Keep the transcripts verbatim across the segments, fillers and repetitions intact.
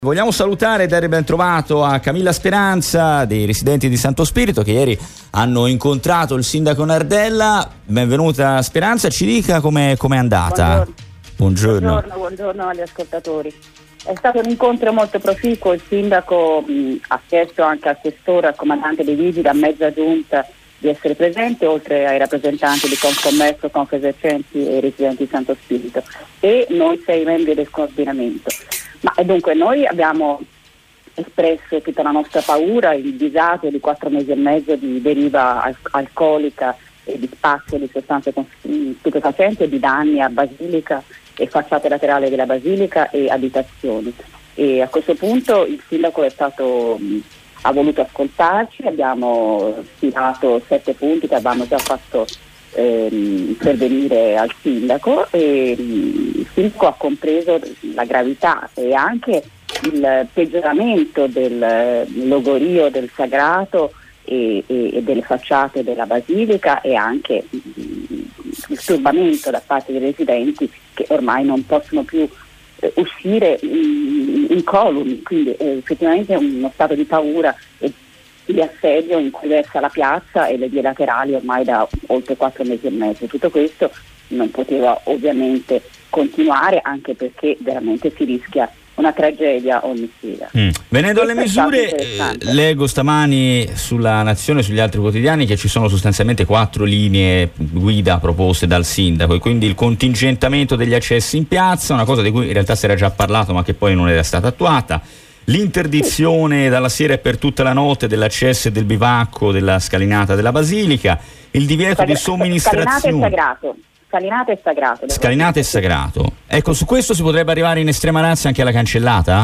Vogliamo salutare e dare ben trovato a Camilla Speranza dei residenti di Santo Spirito che ieri hanno incontrato il sindaco Nardella. Benvenuta Speranza, ci dica com'è, com'è andata. Buongiorno. Buongiorno, buongiorno agli ascoltatori. È stato un incontro molto proficuo, il sindaco mh, ha chiesto anche al questore, al comandante dei vigili, a mezza giunta di essere presente, oltre ai rappresentanti di Confcommercio, Confesercenti e residenti di Santo Spirito, e noi sei membri del coordinamento. Ma dunque noi abbiamo espresso tutta la nostra paura, il disagio di quattro mesi e mezzo di deriva al- alcolica e di spazio di sostanze stupefacenti e di danni a Basilica e facciate laterali della Basilica e abitazioni. E a questo punto il sindaco è stato, mh, ha voluto ascoltarci, abbiamo stilato sette punti che avevamo già fatto ehm, pervenire al sindaco e mh, il sindaco ha compreso la gravità e anche il peggioramento del logorio del sagrato e, e, e delle facciate della Basilica e anche il turbamento da parte dei residenti che ormai non possono più eh, uscire in, in columi, quindi eh, effettivamente è uno stato di paura e di assedio in cui versa la piazza e le vie laterali ormai da oltre quattro mesi e mezzo. Tutto questo non poteva ovviamente continuare, anche perché veramente si rischia una tragedia ogni sera. Mm. Venendo alle misure, eh, leggo stamani sulla Nazione, sugli altri quotidiani, che ci sono sostanzialmente quattro linee guida proposte dal sindaco, e quindi il contingentamento degli accessi in piazza, una cosa di cui in realtà si era già parlato ma che poi non era stata attuata, l'interdizione dalla sera e per tutta la notte dell'accesso e del bivacco della scalinata della Basilica, il divieto Scal- di somministrazione. Scalinata è sagrato. Scalinata è sagrato. Scalinata è sagrato. Ecco, su questo si potrebbe arrivare in estrema razza anche alla cancellata?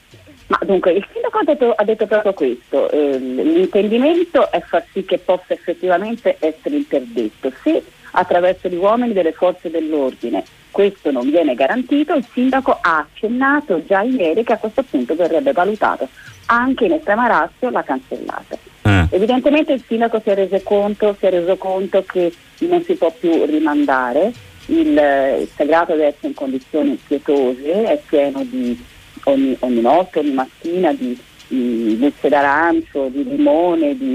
Ma dunque, il sindaco ha detto, ha detto proprio questo. Eh, l'intendimento è far sì che possa effettivamente essere interdetto. Se attraverso gli uomini delle forze dell'ordine questo non viene garantito, il sindaco ha accennato già ieri che a questo punto verrebbe valutato anche in estrema razza la cancellata. Eh. Evidentemente il sindaco si è reso conto, si è reso conto che non si può più rimandare, il, il sagrato deve essere in condizioni pietose, è pieno di ogni, ogni notte, ogni mattina di, di buste d'arancio, di limone, di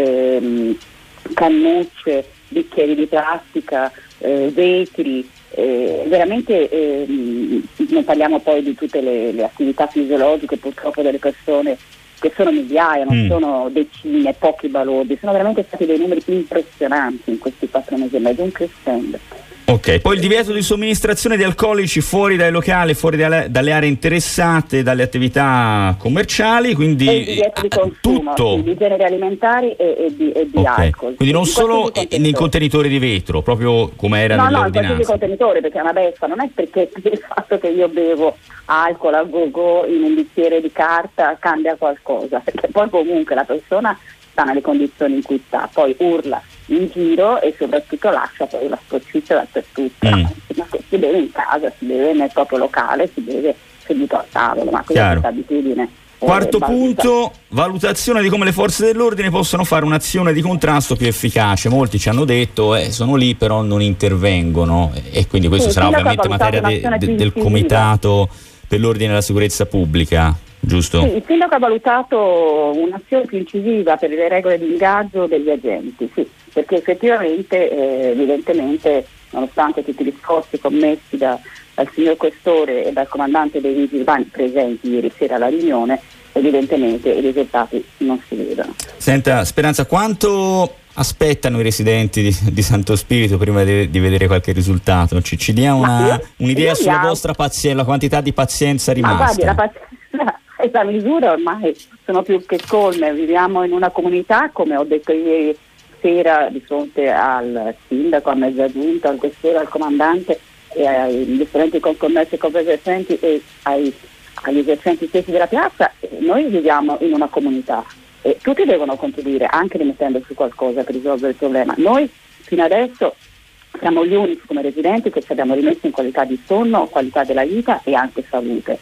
ehm, cannucce, bicchieri di plastica, eh, vetri, eh, veramente eh, non parliamo poi di tutte le, le attività fisiologiche purtroppo delle persone che sono migliaia, non mm. sono decine, pochi balordi, sono veramente stati dei numeri impressionanti in questi quattro mesi e mezzo, un crescendo. Ok, poi il divieto di somministrazione di alcolici fuori dai locali, fuori dalle, dalle aree interessate, dalle attività commerciali, quindi e il divieto di consumo, tutto. Sì, di generi alimentari e, e di, e di okay. alcol. Quindi non in solo nei contenitori di vetro, proprio come era no, nelle no, ordinanze. No, no, in contenitori, perché è una beffa, non è perché il fatto che io bevo alcol a go-go in un bicchiere di carta cambia qualcosa, perché poi comunque la persona sta nelle condizioni in cui sta, poi urla in giro e soprattutto lascia poi la sporcizia dappertutto. Mm. Ma si beve in casa, si beve nel proprio locale, si beve seduto al tavolo, ma questa è questa abitudine. Quarto eh, punto, valutazione di come le forze dell'ordine possono fare un'azione di contrasto più efficace. Molti ci hanno detto eh, sono lì però non intervengono, e quindi questo sì, sarà ovviamente materia de, de, del comitato per l'ordine e la sicurezza pubblica, giusto? Sì, il sindaco ha valutato un'azione più incisiva per le regole di ingaggio degli agenti, sì, perché effettivamente, eh, evidentemente, nonostante tutti gli sforzi commessi da, dal signor Questore e dal comandante dei vigili urbani presenti ieri sera alla riunione, evidentemente i risultati non si vedono. Senta Speranza, quanto aspettano i residenti di, di Santo Spirito prima di, di vedere qualche risultato? Ci, ci dia una, io, un'idea io sulla io, vostra pazienza, la quantità di pazienza rimasta? Ma guardi, la pazienza e la misura ormai sono più che colme. Viviamo in una comunità, come ho detto ieri sera di fronte al sindaco, a mezza giunta, al questore, al comandante e ai differenti concommessi e coesercenti e ai, agli esercenti stessi della piazza. Noi viviamo in una comunità e tutti devono contribuire, anche rimettendosi qualcosa per risolvere il problema. Noi fino adesso siamo gli unici come residenti che ci abbiamo rimesso in qualità di sonno, qualità della vita e anche salute.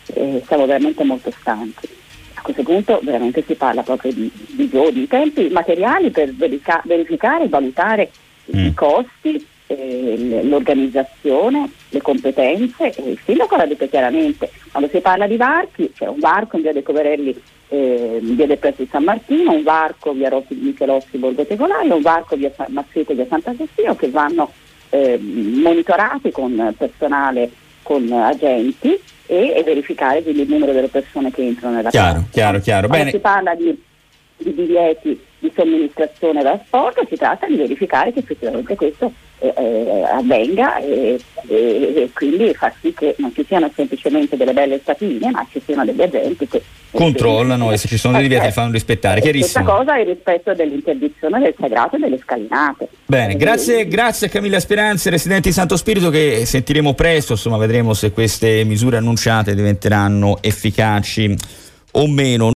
E siamo veramente molto stanchi. A questo punto veramente si parla proprio di, di, di tempi materiali per verica- verificare e valutare mm. i costi eh, l'organizzazione, le competenze, e il sindaco la dice chiaramente. Quando si parla di varchi, c'è un varco in via dei Coverelli, eh, via del Presso di San Martino, un varco via Rossi di Michelossi, Borgo Tegolaio, un varco via San Mazzete, via Sant'Agostino, che vanno eh, monitorati con personale, con agenti, e, e verificare quindi il numero delle persone che entrano nella chiaro, casa. chiaro, chiaro. Quando Bene. si parla di, di biglietti di somministrazione da sport, si tratta di verificare che effettivamente questo eh, eh, avvenga e, e, e quindi far sì che non ci siano semplicemente delle belle statine, ma ci siano degli agenti che controllano e se ci sono dei divieti li fanno rispettare. Chiarissimo. Questa cosa è il rispetto dell'interdizione del sagrato e delle scalinate. Bene, grazie, grazie a Camilla Speranza, residente di Santo Spirito, che sentiremo presto, insomma vedremo se queste misure annunciate diventeranno efficaci o meno.